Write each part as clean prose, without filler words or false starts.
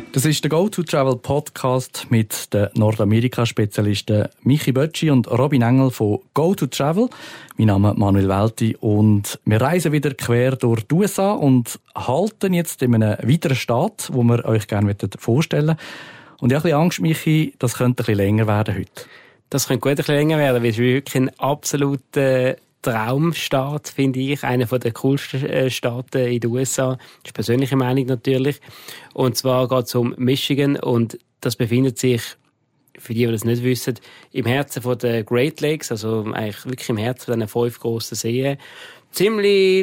Das ist der Go-To-Travel-Podcast mit den Nordamerika-Spezialisten Michi Bötschi und Robin Engel von Go-To-Travel. Mein Name ist Manuel Welti und wir reisen wieder quer durch die USA und halten jetzt in einem weiteren Staat, wo wir euch gerne vorstellen möchten. Und ich habe ein bisschen Angst, Michi, das könnte ein bisschen länger werden heute. Das könnte gut ein bisschen länger werden, weil es wirklich ein absoluter Traumstaat, finde ich. Einer der coolsten Staaten in den USA. Das ist persönliche Meinung natürlich. Und zwar geht es um Michigan und das befindet sich, für die das nicht wissen, im Herzen der Great Lakes, also eigentlich wirklich im Herzen dieser 5 grossen Seen. Ziemlich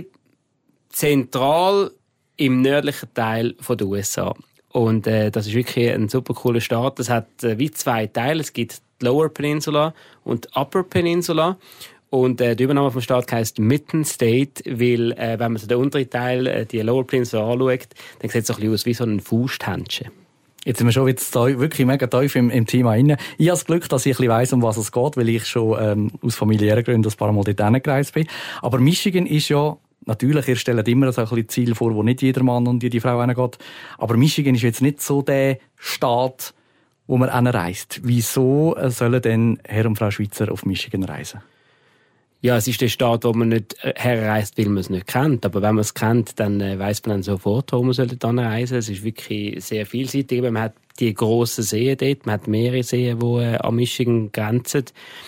zentral im nördlichen Teil der USA. Und das ist wirklich ein super cooler Staat. Das hat wie 2 Teile. Es gibt die Lower Peninsula und die Upper Peninsula. Und die Übernahme vom Staat heisst Mitten State, weil wenn man so den unteren Teil, die Lower Peninsula anschaut, dann sieht es so ein bisschen aus wie so ein Fausthändchen. Jetzt sind wir schon jetzt wirklich mega tief im Thema rein. Ich habe das Glück, dass ich ein bisschen weiss, um was es geht, weil ich schon aus familiären Gründen ein paar Mal dort hingereist bin. Aber Michigan ist ja, natürlich, ihr stellt immer so ein bisschen Ziel vor, wo nicht jeder Mann und jede Frau hingeht. Aber Michigan ist jetzt nicht so der Staat, wo man hinreist. Wieso sollen denn Herr und Frau Schweizer auf Michigan reisen? Ja, es ist der Staat, wo man nicht herreist, weil man es nicht kennt. Aber wenn man es kennt, dann weiss man dann sofort, wo man dann reisen soll. Es ist wirklich sehr vielseitig. Man hat die grossen Seen dort, man hat mehrere Seen, die an Michigan grenzen.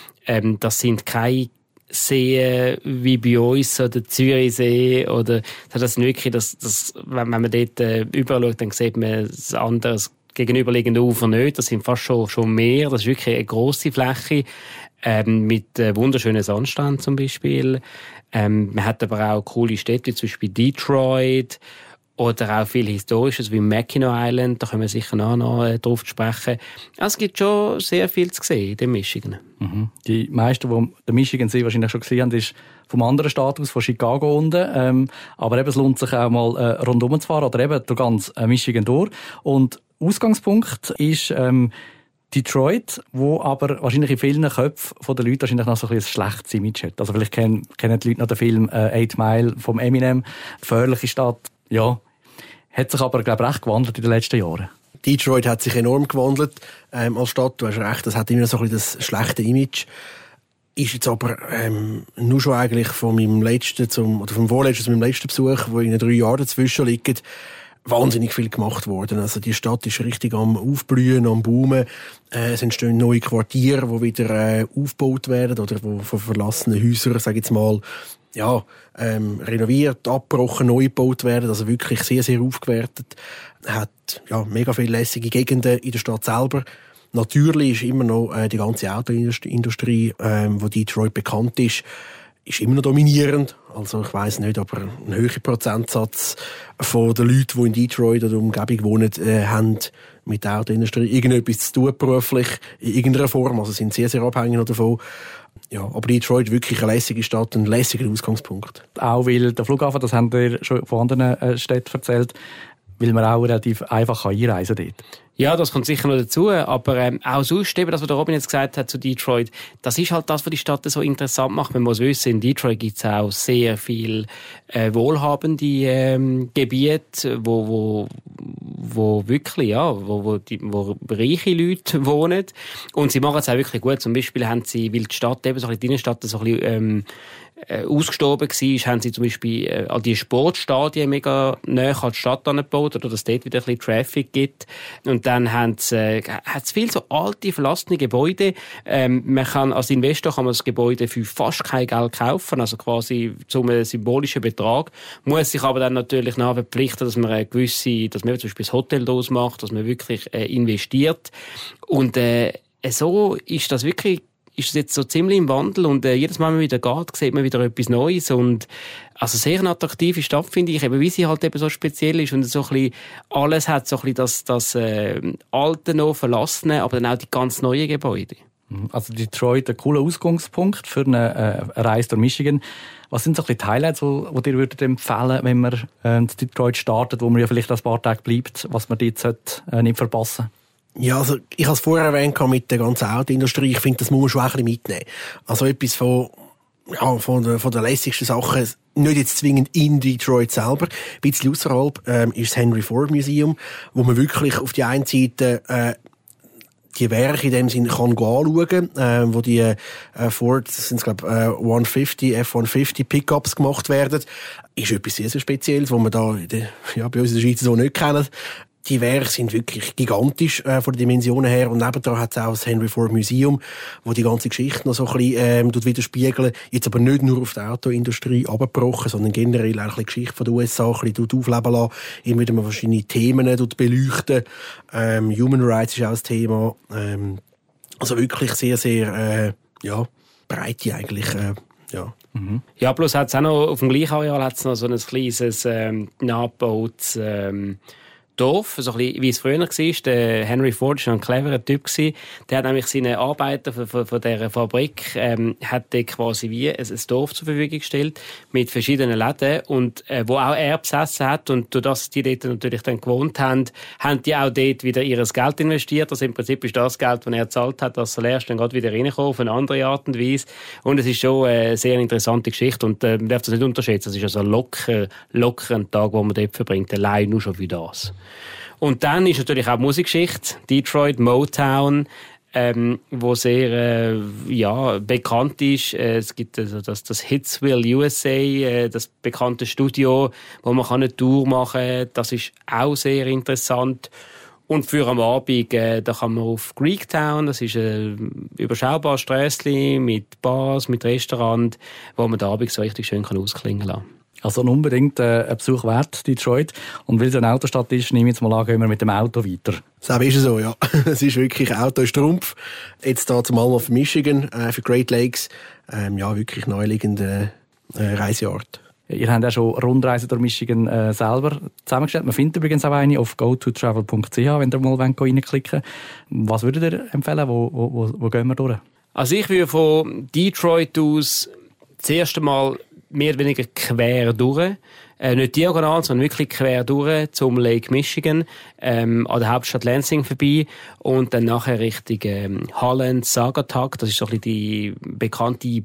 Das sind keine Seen wie bei uns, oder Zürichsee, oder das sind wirklich, wenn man dort überall schaut, dann sieht man das anderes gegenüberliegende Ufer nicht. Das sind fast schon Meer. Das ist wirklich eine grosse Fläche. Mit wunderschönen Sandstrand zum Beispiel. Man hat aber auch coole Städte, wie zum Beispiel Detroit oder auch viel Historisches wie Mackinac Island. Da können wir sicher noch drauf sprechen. Also es gibt schon sehr viel zu sehen in dem Michigan. Mhm. Die meisten, die den Michigan See wahrscheinlich schon gesehen haben, ist vom anderen Staat aus, von Chicago unten. Aber eben, es lohnt sich auch mal rundum zu fahren oder eben durch ganz Michigan durch. Und Ausgangspunkt ist Detroit, wo aber wahrscheinlich in vielen Köpfen der Leute wahrscheinlich noch so ein schlechtes Image hat. Also vielleicht kennen die Leute noch den Film 8 Mile vom Eminem. Gefährliche Stadt, ja. Hat sich aber, glaube ich, recht gewandelt in den letzten Jahren. Detroit hat sich enorm gewandelt als Stadt. Du hast recht, das hat immer so ein bisschen das schlechte Image. Ist jetzt aber nur schon eigentlich von meinem letzten vom vorletzten zu meinem letzten Besuch, wo in 3 Jahren dazwischen liegen, wahnsinnig viel gemacht worden. Also die Stadt ist richtig am Aufblühen, am Boomen. Es entstehen neue Quartiere, die wieder aufgebaut werden oder wo von verlassenen Häusern, sage ich jetzt mal, ja, renoviert, abgebrochen, neu gebaut werden. Also wirklich sehr, sehr aufgewertet. Hat ja mega viele lässige Gegenden in der Stadt selber. Natürlich ist immer noch die ganze Autoindustrie, wo Detroit bekannt ist immer noch dominierend. Also ich weiss nicht, aber ein höherer Prozentsatz von den Leuten, die in Detroit oder Umgebung wohnen, haben mit der Autoindustrie irgendetwas zu tun, beruflich, in irgendeiner Form. Also sind sehr, sehr abhängig davon. Ja, aber Detroit ist wirklich eine lässige Stadt, ein lässiger Ausgangspunkt. Auch weil der Flughafen, das haben wir schon von anderen Städten erzählt, weil man auch relativ einfach einreisen kann dort. Ja, das kommt sicher noch dazu, aber auch sonst, eben, das, was der Robin jetzt gesagt hat zu Detroit, das ist halt das, was die Stadt so interessant macht. Man muss wissen, in Detroit gibt es auch sehr viel wohlhabende Gebiete, wo wirklich, ja, wo reiche Leute wohnen. Und sie machen es auch wirklich gut. Zum Beispiel haben sie, weil die Stadt eben so ein bisschen, die Innenstadt so ein bisschen ausgestorben war, haben sie zum Beispiel an die Sportstadien mega nahe an die Stadt angebaut, oder dass es dort wieder ein bisschen Traffic gibt. Und dann hat's viel so alte, verlassene Gebäude. Man kann, als Investor kann man das Gebäude für fast kein Geld kaufen, also quasi zu einem symbolischen Betrag. Muss sich aber dann natürlich verpflichten, dass man dass man zum Beispiel das Hotel daraus macht, dass man wirklich investiert. Und so ist das wirklich, ist es jetzt so ziemlich im Wandel und jedes Mal, wenn man wieder geht, sieht man wieder etwas Neues und also sehr eine attraktive Stadt, finde ich, eben, wie sie halt eben so speziell ist und so ein bisschen alles hat, so ein bisschen das alte noch, verlassene, aber dann auch die ganz neuen Gebäude. Also Detroit, ein cooler Ausgangspunkt für eine Reise durch Michigan. Was sind so ein bisschen die Highlights, die dir würdet empfehlen, wenn man in Detroit startet, wo man ja vielleicht ein paar Tage bleibt, was man dort nicht verpassen sollte? Ja, also ich habe es vorher erwähnt mit der ganzen Autoindustrie. Ich finde, das muss man schon ein bisschen mitnehmen. Also etwas von von der lässigsten Sachen, nicht jetzt zwingend in Detroit selber, ein bisschen außerhalb, ist das Henry Ford Museum, wo man wirklich auf die einen Seite die Werke in dem Sinne kann anschauen, wo die Ford, das sind glaube F-150 Pickups gemacht werden, ist etwas sehr, sehr Spezielles, was man da bei uns in der Schweiz so nicht kennen. Die Werke sind wirklich gigantisch von den Dimensionen her, und nebenan hat es auch das Henry Ford Museum, wo die ganze Geschichte noch so ein bisschen widerspiegeln. Jetzt aber nicht nur auf die Autoindustrie abgebrochen, sondern generell auch ein bisschen die Geschichte von den USA ein bisschen aufleben lassen, immer wieder mal verschiedene Themen beleuchten. Human Rights ist auch das Thema. Also wirklich sehr, sehr breite eigentlich. Ja, plus hat es auch noch auf dem gleichen Areal hat's noch so ein kleines nachgebautes Dorf, so ein bisschen, wie es früher war. Der Henry Ford war ein cleverer Typ. Der hat nämlich seine Arbeiter von dieser Fabrik hat quasi wie ein Dorf zur Verfügung gestellt mit verschiedenen Läden, und wo auch er besessen hat, und durch das die dort natürlich dann gewohnt haben die auch dort wieder ihr Geld investiert. Also im Prinzip ist das Geld, das er gezahlt hat, das Salär dann gerade wieder reinkommen auf eine andere Art und Weise. Und es ist schon eine sehr interessante Geschichte, und man darf das nicht unterschätzen. Es ist also locker ein Tag, den man dort verbringt, allein nur schon für das. Und dann ist natürlich auch die Musikgeschichte, Detroit, Motown, wo sehr bekannt ist. Es gibt also das Hitsville USA, das bekannte Studio, wo man eine Tour machen kann. Das ist auch sehr interessant. Und für am Abend, da kann man auf Greektown, das ist ein überschaubares Strässli mit Bars, mit Restaurant, wo man den Abend so richtig schön ausklingen lassen kann. Also unbedingt ein Besuch wert, Detroit. Und weil es eine Autostadt ist, nehme ich jetzt mal an, gehen wir mit dem Auto weiter. Das ist so, ja. Es ist wirklich, Auto ist Trumpf. Jetzt da zum Malmö Michigan, für Great Lakes. Wirklich naheliegender Reiseort. Ihr habt ja schon Rundreisen durch Michigan selber zusammengestellt. Man findet übrigens auch eine auf gototravel.ch, wenn ihr mal reinklicken wollt. Was würdet ihr empfehlen? Wo gehen wir durch? Also ich würde von Detroit aus das erste Mal mehr oder weniger quer durch. Nicht diagonal, sondern wirklich quer durch zum Lake Michigan, an der Hauptstadt Lansing vorbei und dann nachher Richtung Holland, Sagatuck. Das ist so ein bisschen die bekannte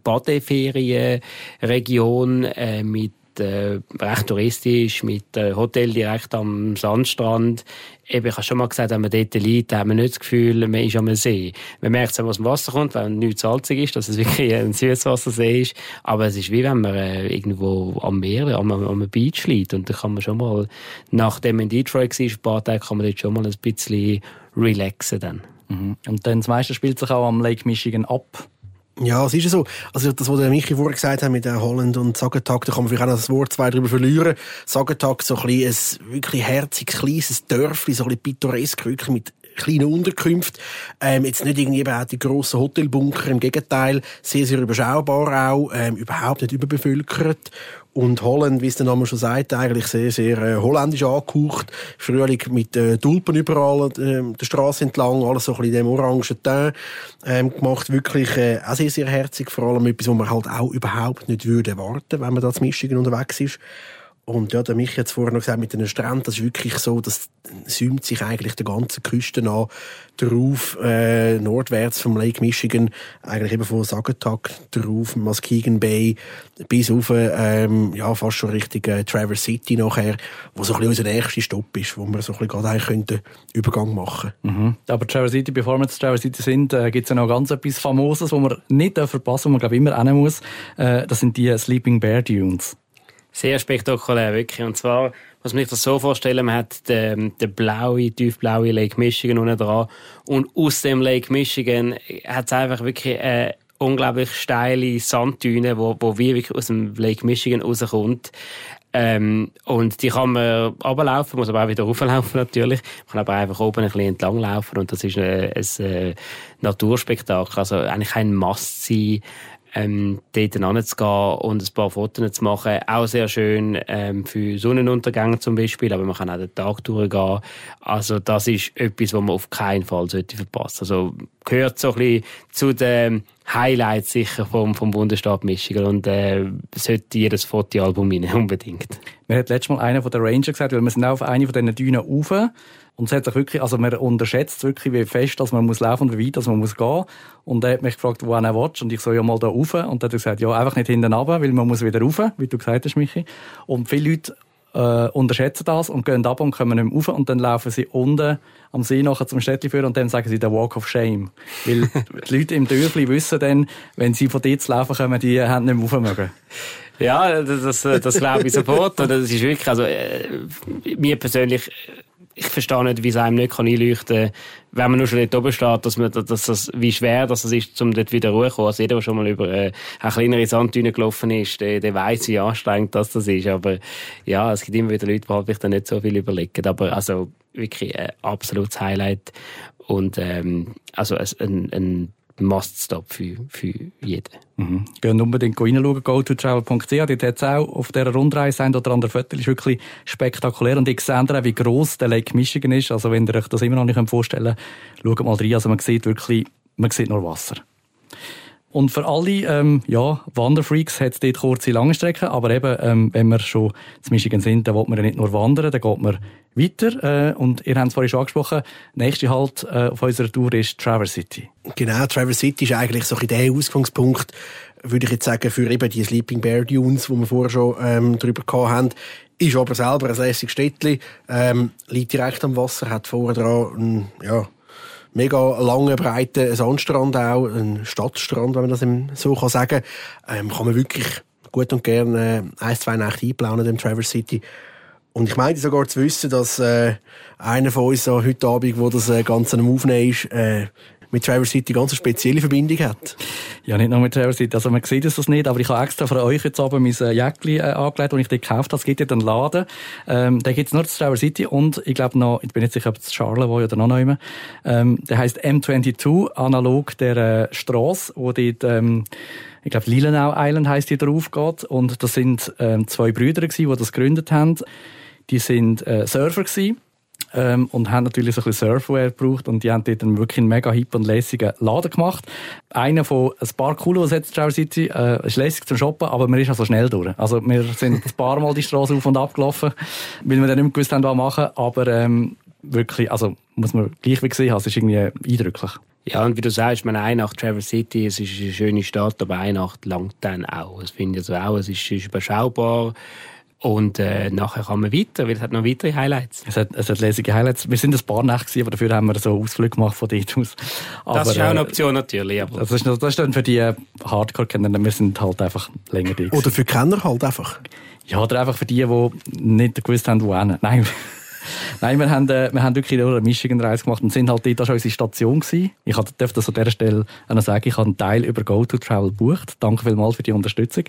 Badeferienregion mit recht touristisch, mit Hotel direkt am Sandstrand. Eben, ich habe schon mal gesagt, wenn man dort liegt, haben wir nicht das Gefühl, man ist am See. Man merkt es, wenn man aus dem Wasser kommt, wenn nichts salzig ist, dass es wirklich ein Süßwassersee ist. Aber es ist wie wenn man irgendwo am Meer, am Beach liegt. Und da kann man schon mal, nachdem man in Detroit war, ein paar Tage, kann man dort schon mal ein bisschen relaxen dann. Mhm. Und dann das meiste spielt sich auch am Lake Michigan ab. Ja, es ist so. Also das, was der Michi vorher gesagt hat mit Holland und Sagatuck, da kann man vielleicht auch noch das Wort zwei drüber verlieren. Sagatuck, so ein bisschen ein wirklich herziges, kleines Dörfli, so ein bisschen pittoresk, wirklich mit kleinen Unterkünften. Jetzt nicht irgendwie auch die grossen Hotelbunker, im Gegenteil, sehr, sehr überschaubar auch, überhaupt nicht überbevölkert. Und Holland, wie es der Name schon sagt, eigentlich sehr, sehr holländisch angehaucht. Frühling mit Tulpen überall der Straße entlang, alles so ein bisschen in dem orangen Teint gemacht. Wirklich auch sehr, sehr herzig. Vor allem etwas, was man halt auch überhaupt nicht würde erwarten, wenn man da in Michigan unterwegs ist. Und ja, der Michi hat es vorher noch gesagt, mit den Stränden, das ist wirklich so, das säumt sich eigentlich der ganzen Küste an, drauf, nordwärts vom Lake Michigan, eigentlich eben von Sagatuck drauf, Muskegon Bay, bis auf, fast schon Richtung Traverse City nachher, wo so ein bisschen unser nächster Stopp ist, wo wir so ein bisschen gerade eigentlich könnten Übergang machen. Mhm. Aber Traverse City, bevor wir zu Traverse City sind, gibt es ja noch ganz etwas Famoses, was man nicht verpassen darf, was man, glaube ich, immer hin muss. Das sind die Sleeping Bear Dunes. Sehr spektakulär, wirklich. Und zwar, muss man sich das so vorstellen, man hat den tiefblaue Lake Michigan unten dran. Und aus dem Lake Michigan hat es einfach wirklich eine unglaublich steile Sanddüne, wo wie wirklich aus dem Lake Michigan rauskommt. Und die kann man runterlaufen, muss aber auch wieder rauflaufen natürlich. Man kann aber einfach oben ein bisschen entlang laufen und das ist ein Naturspektakel. Also eigentlich ein Must-See. Dort hinzugehen und ein paar Fotos zu machen. Auch sehr schön für Sonnenuntergänge zum Beispiel, aber man kann auch den Tag durchgehen. Also das ist etwas, was man auf keinen Fall verpassen sollte. Also gehört so ein bisschen zu den Highlights sicher vom Bundesstaat Michigan und sollte jedes Fotoalbum rein, unbedingt. Mir hat letztes Mal einer von den Ranger gesagt, weil wir sind auch auf eine von diesen Dünen rauf und es hat sich wirklich, also man unterschätzt wirklich, wie fest dass man muss laufen und wie weit dass man muss gehen. Und er hat mich gefragt, wo er willst und ich soll ja mal da rauf und dann hat er gesagt, ja, einfach nicht hinten runter, weil man muss wieder rauf, wie du gesagt hast, Michi. Und viele Leute unterschätzen das und gehen ab und kommen nicht mehr rauf und dann laufen sie unten am See nachher zum Städtchen führen und dann sagen sie den Walk of Shame. Weil die Leute im Dörfli wissen dann, wenn sie von dort zu laufen kommen, die haben nicht mehr rauf mögen. Ja, das glaube ich sofort. Das ist wirklich, also mir persönlich, ich verstehe nicht, wie es einem nicht einleuchten kann, wenn man nur schon dort oben steht, wie schwer das ist, um dort wieder Ruhe zu kommen. Also jeder, der schon mal über eine kleinere Sanddüne gelaufen ist, der weiss, wie anstrengend das ist. Aber ja, es gibt immer wieder Leute, die halt sich da nicht so viel überlegen. Aber also wirklich ein absolutes Highlight und also ein Must-Stop für jeden. Mhm. Geht unbedingt reinschauen, gototravel.ch. Dort hat es auch auf dieser Rundreise ein oder andere Viertel. Ist wirklich spektakulär. Und ich sehe auch, wie gross der Lake Michigan ist. Also wenn ihr euch das immer noch nicht vorstellen könnt, schaut mal rein. Also man sieht wirklich, man sieht nur Wasser. Und für alle Wanderfreaks hat es dort kurze, lange Strecken. Aber eben, wenn wir schon in Michigan sind, dann will man ja nicht nur wandern, dann geht man weiter. Und ihr habt es vorhin schon angesprochen, der nächste Halt auf unserer Tour ist Traverse City. Genau, Traverse City ist eigentlich so ein der Ausgangspunkt, würde ich jetzt sagen, für eben die Sleeping Bear Dunes, die wir vorher schon drüber gehabt haben. Ist aber selber ein lässiges Städtchen, liegt direkt am Wasser, hat vorher dran mega langen, breiten Sandstrand auch, ein Stadtstrand, wenn man das so sagen kann. Kann man wirklich gut und gerne 1-2 Nächte einplanen in Traverse City. Und ich meine sogar zu wissen, dass einer von uns so heute Abend, wo das Ganze am Aufnehmen ist, mit Traverse City ganz eine spezielle Verbindung hat. Ja, nicht nur mit Traverse City. Also man sieht das nicht, aber ich habe extra für euch jetzt Abend mein Jäckchen angelegt, das ich dort gekauft habe. Es gibt ja einen Laden. Den gibt es nur zu Traverse City und ich glaube noch, ich bin nicht sicher, ob es Charlevoix oder noch jemand. Der heisst M22, analog der Strasse, wo dort ich glaube, Lilenau Island heisst die, drauf geht. Und das sind 2 Brüder gewesen, die das gegründet haben. Die sind Surfer gewesen. Und haben natürlich so ein bisschen Surfwear gebraucht und die haben dort einen wirklich mega hip und lässigen Laden gemacht. Einer von ein paar coolen, was jetzt Traverse City ist lässig zum Shoppen, aber man ist also schnell durch. Also wir sind ein paar Mal die Straße auf und ab gelaufen, weil wir dann nicht mehr gewusst haben, was machen. Aber wirklich, also muss man gleich wie gesehen haben, es ist irgendwie eindrücklich. Ja, und wie du sagst, eine Nacht Traverse City, es ist eine schöne Stadt, aber eine Nacht langt dann auch. Das finde ich also auch, es ist überschaubar. Und nachher kann man weiter, weil es hat noch weitere Highlights. Es hat lässige Highlights. Wir sind ein paar Nächte gewesen, aber dafür haben wir so Ausflüge gemacht von dort aus. Aber, das ist auch eine Option natürlich. Aber das ist dann für die Hardcore-Kenner, wir sind halt einfach länger da. Oder für Kenner halt einfach. Ja, oder einfach für die nicht gewusst haben, wo hin. Nein, wir haben wirklich nur eine Michigan-Reise gemacht und sind halt dort, das war unsere Station gewesen. Ich darf das an dieser Stelle auch noch sagen, ich habe einen Teil über GoToTravel gebucht. Danke vielmals für die Unterstützung.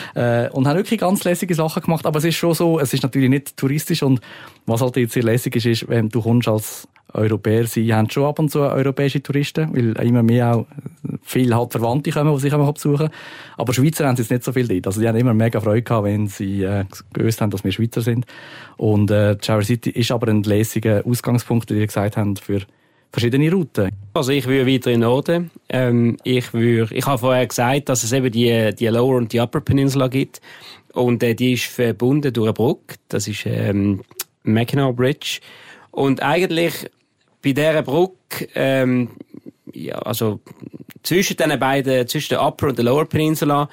Und haben wirklich ganz lässige Sachen gemacht, aber es ist schon so, es ist natürlich nicht touristisch und was halt jetzt sehr lässig ist, wenn du kommst als Europäer, sie haben schon ab und zu europäische Touristen, weil immer mehr auch viele halt Verwandte kommen, die sich besuchen. Aber Schweizer haben jetzt nicht so viel dort. Also die haben immer mega Freude gehabt, wenn sie gewusst haben, dass wir Schweizer sind. Und Traverse City ist aber ein lässiger Ausgangspunkt, wie ihr gesagt habt, für verschiedene Routen. Also ich würde weiter in den Norden. Ich habe vorher gesagt, dass es eben die Lower und die Upper Peninsula gibt. Und die ist verbunden durch eine Brücke. Das ist Mackinac Bridge. Und eigentlich bei dieser Brücke, also zwischen den beiden, zwischen der Upper und der Lower Peninsula,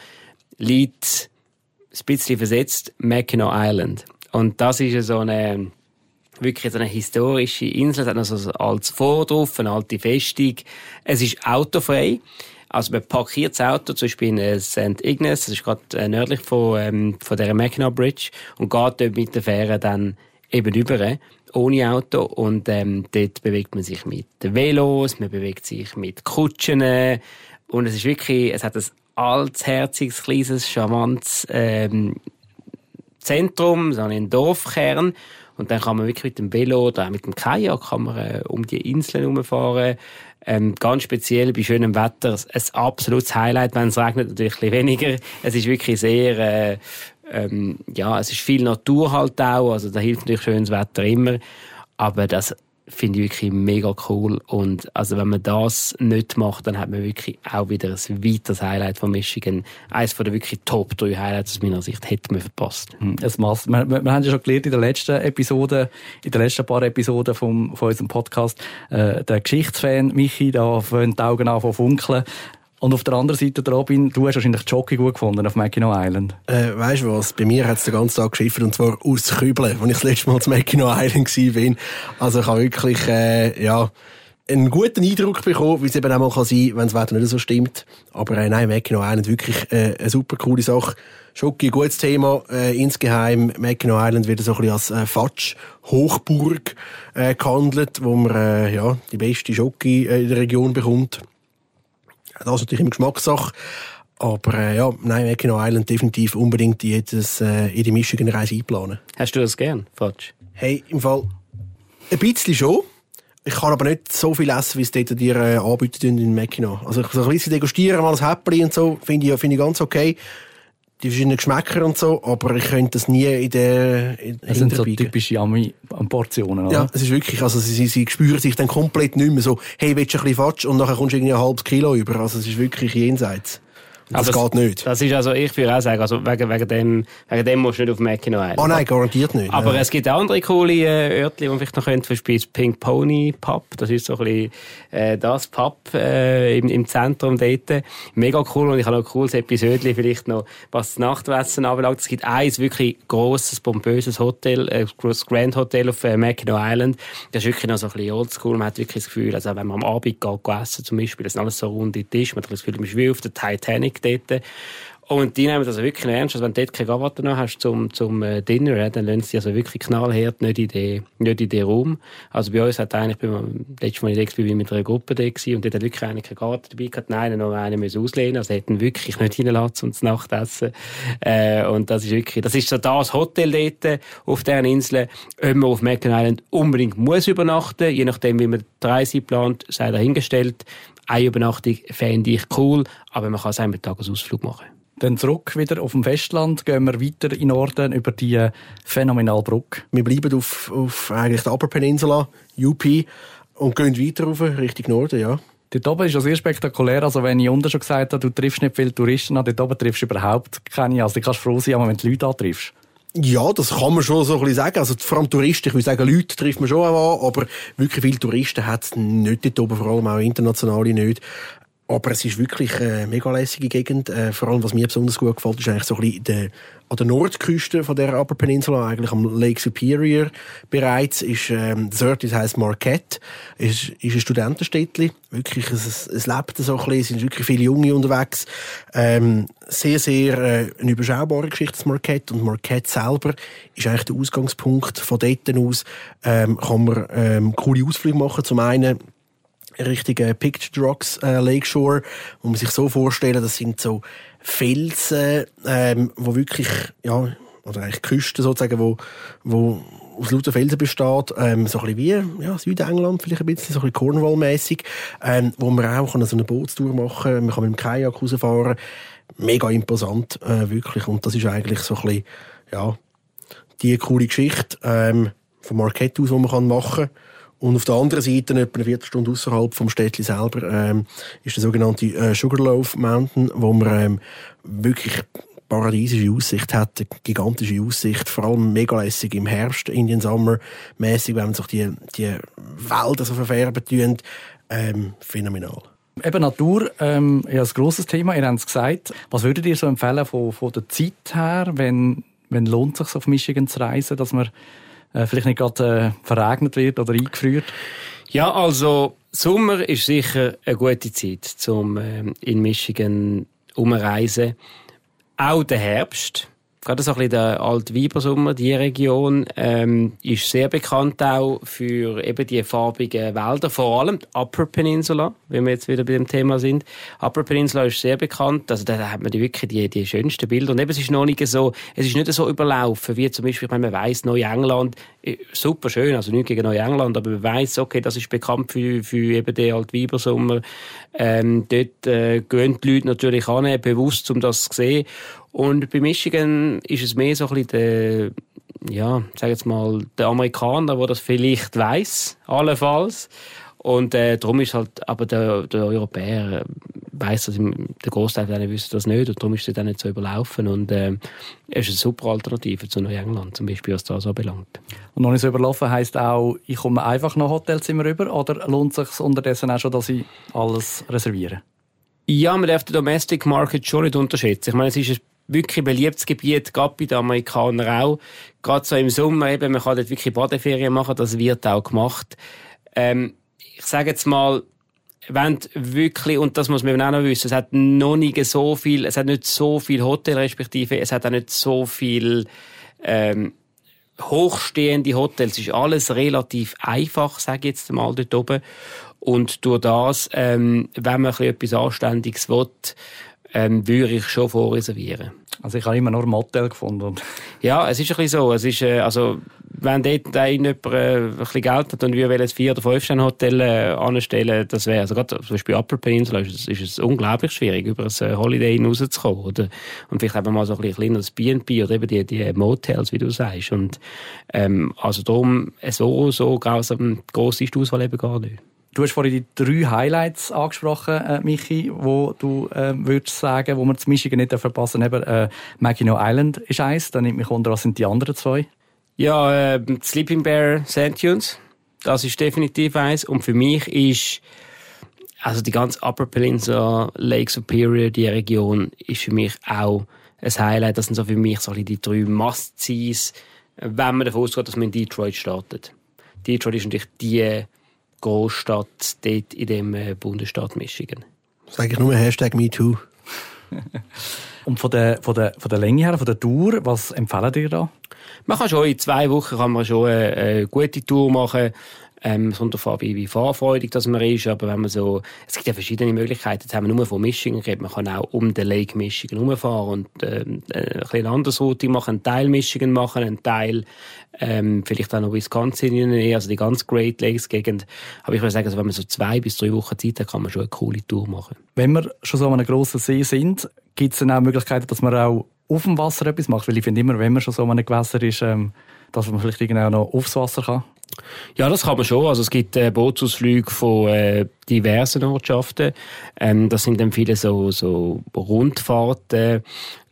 liegt ein bisschen versetzt Mackinac Island. Und das ist wirklich so eine historische Insel. Es hat noch so ein altes Fort drauf, eine alte Festung. Es ist autofrei. Also man parkiert das Auto, zum Beispiel in St. Ignace, das ist gerade nördlich von dieser Mackinac Bridge, und geht dort mit der Fähre dann eben rüber, ohne Auto. Und dort bewegt man sich mit Velos, man bewegt sich mit Kutschen. Und es ist wirklich, es hat ein altes, herziges, kleines, charmantes Zentrum, so einen Dorfkern. Und dann kann man wirklich mit dem Velo oder auch mit dem Kajak kann man um die Inseln herumfahren. Ganz speziell bei schönem Wetter ein absolutes Highlight. Wenn es regnet, natürlich ein bisschen weniger. Es ist wirklich sehr, es ist viel Natur halt auch. Also da hilft natürlich schönes Wetter immer. Aber das finde ich wirklich mega cool. Und also wenn man das nicht macht, dann hat man wirklich auch wieder ein weiteres Highlight von Michigan. Eines von den wirklich Top 3 Highlights aus meiner Sicht hätte man verpasst. Wir haben ja schon gelernt in den letzten paar Episoden von unserem Podcast, der Geschichtsfan Michi, da fangen die Augen an von funkeln. Und auf der anderen Seite, Robin, du hast wahrscheinlich Jockey gut gefunden auf Mackinac Island. Weisst du was? Bei mir hat es den ganzen Tag geschiffert, und zwar aus Kübeln, als ich das letzte Mal zu Mackinac Island war. Also ich habe wirklich, einen guten Eindruck bekommen, wie es eben auch mal sein kann, wenn das Wetter nicht so stimmt. Aber nein, Mackinac Island wirklich eine super coole Sache. Schoki, ein gutes Thema. Insgeheim, Mackinac Island wird so ein bisschen als Fatsch-Hochburg gehandelt, wo man die beste Schoki in der Region bekommt. Das ist natürlich immer Geschmackssache. Aber Mackinac Island definitiv unbedingt in die Michigan-Reise einplanen. Hast du das gern, Fatsch? Hey, im Fall ein bisschen schon. Ich kann aber nicht so viel essen, wie es dort dir anbieten in Mackinac. Also so ein bisschen degustieren, mal ein Häppchen und so, finde ich ganz okay. Die verschiedenen Geschmäcker und so, aber ich könnte das nie in der Das sind so typische Ami-Portionen, oder? Ja, es ist wirklich, also sie spüren sich dann komplett nicht mehr so, hey, willst du ein bisschen Fatsch? Und nachher kommst du irgendwie ein halbes Kilo über. Also es ist wirklich jenseits. Das geht nicht. Das ist also, ich würde auch sagen, also wegen dem musst du nicht auf Mackinac Island. Ah nein, garantiert nicht. Aber es gibt auch andere coole Örtchen, die man vielleicht noch könnte, zum Beispiel das Pink Pony Pub. Das ist so ein bisschen das Pub im Zentrum dort. Mega cool, und ich habe noch ein cooles Episodchen vielleicht noch, was das Nachtessen anbelangt. Es gibt eins wirklich grosses, pompöses Hotel, das Grand Hotel auf Mackinac Island. Das ist wirklich noch so ein bisschen oldschool. Man hat wirklich das Gefühl, also wenn man am Abend geht essen zum Beispiel, das sind alles so runde Tische, man hat das Gefühl, man ist wie auf der Titanic dort. Und die nehmen das also wirklich ernst. Also wenn du dort keine Gavater noch hast zum Dinner, dann lassen sie also wirklich knallhart nicht in den Raum. Also bei uns hat eigentlich, letztes Mal ich mit einer Gruppe da gewesen, und dort hat wirklich einer keine Gavater dabei gehabt. Nein, noch einen müssen auslehnen. Also hätten wirklich nicht hineinlassen zum Nachtessen. Und das ist wirklich, das ist so das Hotel dort auf deren Insel. Ob man auf Mackinac Island unbedingt muss übernachten, je nachdem, wie man die Reise plant, sei dahingestellt. Eine Übernachtung fände ich cool, aber man kann es einen Tagesausflug machen. Dann zurück wieder auf dem Festland, gehen wir weiter in Norden über die phänomenale Brücke. Wir bleiben auf eigentlich der Upper Peninsula, UP, und gehen weiter rauf, Richtung Norden, ja. Dort oben ist ja sehr spektakulär. Also wenn ich unten schon gesagt habe, du triffst nicht viele Touristen an, dort oben triffst du überhaupt keine. Also du kannst froh sein, wenn du Leute antriffst. Ja, das kann man schon so ein bisschen sagen. Also vor allem Touristen, ich würde sagen, Leute trifft man schon auch an, aber wirklich viele Touristen hat es nicht dort oben, vor allem auch internationale nicht. Aber es ist wirklich eine mega lässige Gegend. Vor allem, was mir besonders gut gefällt, ist eigentlich so ein bisschen an der Nordküste von der Upper Peninsula, eigentlich am Lake Superior bereits, ist das Ort, das heisst Marquette, ist ein Studentenstädtchen. Wirklich, es lebt so ein bisschen, es sind wirklich viele Junge unterwegs. Sehr, sehr eine überschaubare Geschichte, das Marquette. Und Marquette selber ist eigentlich der Ausgangspunkt. Von dort aus kann man coole Ausflüge machen. Zum einen Richtige Picture Rocks Lakeshore, wo man sich so vorstellen, das sind so Felsen, wo wirklich, ja, oder eigentlich Küsten sozusagen, wo aus lauter Felsen besteht, so ein bisschen wie, ja, Südengland, vielleicht ein bisschen, so ein bisschen Cornwall-mässig, wo man auch so eine Bootstour machen kann, man kann mit dem Kajak rausfahren, mega imposant, wirklich, und das ist eigentlich so ein bisschen, ja, die coole Geschichte, von Marquette aus, die man machen kann. Und auf der anderen Seite, etwa eine Viertelstunde außerhalb vom Städtchen selber, ist der sogenannte Sugarloaf Mountain, wo man wirklich paradiesische Aussicht hat, eine gigantische Aussicht, vor allem mega lässig im Herbst, Indian Summer mäßig, wenn man sich die Wälder so verfärben tun, phänomenal. Eben Natur, ja, ein grosses Thema, ihr habt es gesagt. Was würdet ihr so empfehlen von der Zeit her, wenn lohnt es sich auf Michigan zu reisen, dass man vielleicht nicht gerade verregnet wird oder eingefriert? Ja, also Sommer ist sicher eine gute Zeit, zum in Michigan umreisen. Auch der Herbst, gerade so ein bisschen der Altweibersommer, die Region, ist sehr bekannt auch für eben die farbigen Wälder, vor allem die Upper Peninsula, wenn wir jetzt wieder bei dem Thema sind. Upper Peninsula ist sehr bekannt, also da hat man wirklich die schönsten Bilder. Und eben, es ist nicht so überlaufen, wie zum Beispiel, ich meine, man weiss, Neuengland, super schön, also nicht gegen Neuengland, aber man weiss, okay, das ist bekannt für eben den Altweibersommer. Dort gehen die Leute natürlich an, bewusst, um das zu sehen. Und bei Michigan ist es mehr so ein bisschen sag jetzt mal, der Amerikaner, der das vielleicht weiss, allenfalls. Und darum ist halt, aber der Europäer weiss das, der Großteil der wissen das nicht und darum ist es dann nicht so überlaufen und es ist eine super Alternative zu Neuengland, zum Beispiel, was das anbelangt. Und noch nicht so überlaufen heisst auch, ich komme einfach noch Hotelzimmer rüber oder lohnt es sich unterdessen auch schon, dass ich alles reserviere? Ja, man darf den Domestic Market schon nicht unterschätzen. Ich meine, es ist ein wirklich beliebtes Gebiet, gerade bei den Amerikanern auch. Gerade so im Sommer eben, man kann dort wirklich Badeferien machen, das wird auch gemacht. Ich sage jetzt mal, wenn wirklich, und das muss man eben auch noch wissen, es hat noch nicht so viel Hotel, respektive es hat auch nicht so viel hochstehende Hotels. Es ist alles relativ einfach, sage ich jetzt mal dort oben. Und durch das, wenn man etwas Anständiges will, würde ich schon vorreservieren. Also ich habe immer nur ein Motel gefunden. Ja, es ist ein bisschen so. Es ist, also, wenn dort jemand ein bisschen Geld hat und wir wollen ein 4- oder 5-Sterne-Hotel anstellen, das wäre, also gerade zum Beispiel Upper Peninsula, ist es unglaublich schwierig, über ein Holiday Inn rauszukommen, oder? Und vielleicht eben mal so ein bisschen kleineres B&B oder eben die Motels, wie du sagst. Und, also darum, so grausam gross ist die Auswahl eben gar nicht. Du hast vorhin die 3 Highlights angesprochen, Michi, wo du würdest sagen, wo man das Michigan nicht verpassen darf. Eben, Mackinac Island ist eins, dann nimmt mich unter, was sind die anderen 2? Ja, Sleeping Bear Sand Dunes, das ist definitiv eins. Und für mich ist, also die ganze Upper Peninsula, Lake Superior, die Region, ist für mich auch ein Highlight. Das sind so für mich so die 3 Must-Sees, wenn man davon ausgeht, dass man in Detroit startet. Detroit ist natürlich die Großstadt dort in dem Bundesstaat Michigan. Sage ich nur #MeToo. Und von der Länge her, von der Tour, was empfehlen dir da? Man kann schon in 2 Wochen eine gute Tour machen. Es kommt darauf an, wie fahrfreudig das man ist, aber wenn man so, es gibt ja verschiedene Möglichkeiten. Jetzt haben wir nur von Michigan geredet. Man kann auch um den Lake Michigan herumfahren und ein bisschen anderes Routing machen, einen Teil Michigan machen, einen Teil vielleicht auch noch Wisconsin in der Nähe, also die ganz Great Lakes Gegend. Aber ich würde sagen, also wenn man so 2 bis 3 Wochen Zeit hat, kann man schon eine coole Tour machen. Wenn wir schon so an einem grossen See sind, gibt es dann auch Möglichkeiten, dass man auch auf dem Wasser etwas macht? Weil ich finde immer, wenn man schon so an einem Gewässer ist, dass man vielleicht irgendwie auch noch aufs Wasser kann. Ja, das kann man schon. Also es gibt Bootsausflüge von diversen Ortschaften. Das sind dann viele so Rundfahrten.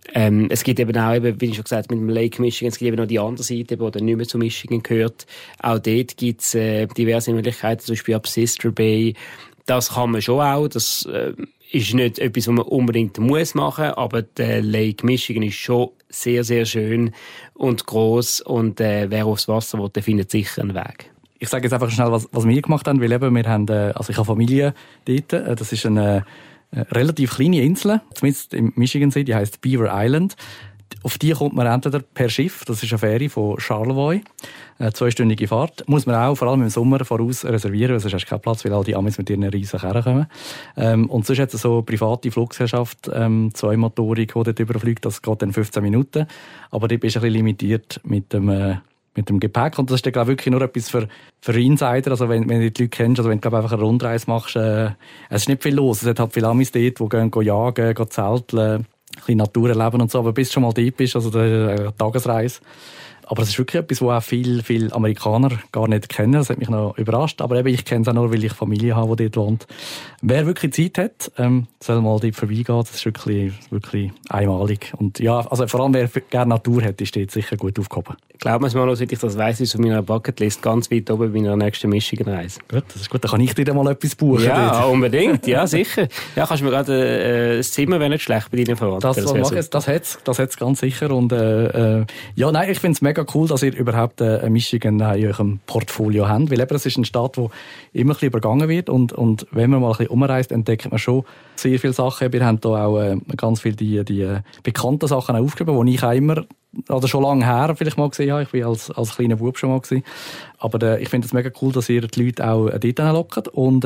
Es gibt eben auch, wie ich schon gesagt habe, mit dem Lake Michigan, es gibt eben noch die andere Seite, die dann nicht mehr zu Michigan gehört. Auch dort gibt es diverse Möglichkeiten, zum Beispiel ab Sister Bay. Das kann man schon auch. Das ist nicht etwas, was man unbedingt muss machen, aber der Lake Michigan ist schon sehr, sehr schön und gross und wer aufs Wasser will, der findet sicher einen Weg. Ich sage jetzt einfach schnell, was wir gemacht haben, weil eben wir haben, also ich habe Familie dort, das ist eine relativ kleine Insel, zumindest im Michigan See, die heisst Beaver Island. Auf die kommt man entweder per Schiff, das ist eine Fähre von Charlevoix, eine 2-stündige Fahrt. Muss man auch vor allem im Sommer voraus reservieren, weil sonst hast du keinen Platz, weil all die Amis mit ihren riesen Kerren kommen. Und sonst hat es so eine private Fluggesellschaft, 2-motorig, die dort überfliegt, das geht dann 15 Minuten. Aber dort bist du ein bisschen limitiert mit dem Gepäck. Und das ist dann, glaube ich, wirklich nur etwas für Insider. Also, wenn du die Leute kennst, also wenn du, glaube ich, einfach eine Rundreise machst, es ist nicht viel los. Es hat halt viele Amis dort, die gehen jagen, gehen zelteln, ein bisschen Natur erleben und so. Aber bis du schon mal dort bist, also eine Tagesreise. Aber es ist wirklich etwas, was auch viele Amerikaner gar nicht kennen. Das hat mich noch überrascht. Aber eben, ich kenne es auch nur, weil ich Familie habe, die dort wohnt. Wer wirklich Zeit hat, soll mal dort vorbeigehen. Das ist wirklich einmalig. Und ja, also vor allem, wer gerne Natur hat, ist dort sicher gut aufgehoben. Glauben Sie mal, seit ich das weiss, ist auf meiner Bucketlist ganz weit oben bei meiner nächsten Michigan-Reise. Gut, das ist gut. Dann kann ich dir mal etwas buchen. Ja, dort. unbedingt. Ja, sicher. Ja, kannst du mir gerade ein Zimmer, wäre nicht schlecht bei deinen Verwandten. Das hat's ganz sicher. Und ja, nein, ich finde es mega cool, dass ihr überhaupt Michigan in eurem Portfolio habt. Weil eben, das ist eine Stadt, die immer ein bisschen übergangen wird. Und wenn man mal ein bisschen umreist, entdeckt man schon sehr viele Sachen. Wir haben hier auch ganz viele die bekannten Sachen aufgeschrieben, die ich auch immer, oder schon lange her vielleicht mal gesehen habe. Ich war als kleiner Bub schon mal gewesen. Aber ich finde es mega cool, dass ihr die Leute auch dort hinlockt. Und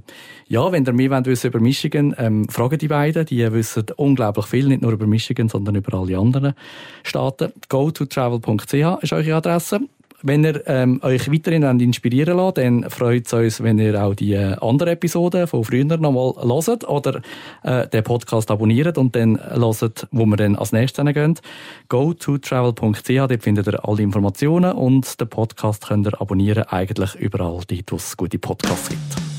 ja, wenn ihr mehr wissen über Michigan, fragen die beiden. Die wissen unglaublich viel, nicht nur über Michigan, sondern über alle anderen Staaten. gototravel.ch ist eure Adresse. Wenn ihr euch weiterhin inspirieren lasst, dann freut es uns, wenn ihr auch die anderen Episoden von früher nochmal hört oder den Podcast abonniert und dann hört, wo wir dann als nächstes hingehen. go2travel.ch, dort findet ihr alle Informationen und den Podcast könnt ihr abonnieren, eigentlich überall dort, wo es gute Podcasts gibt.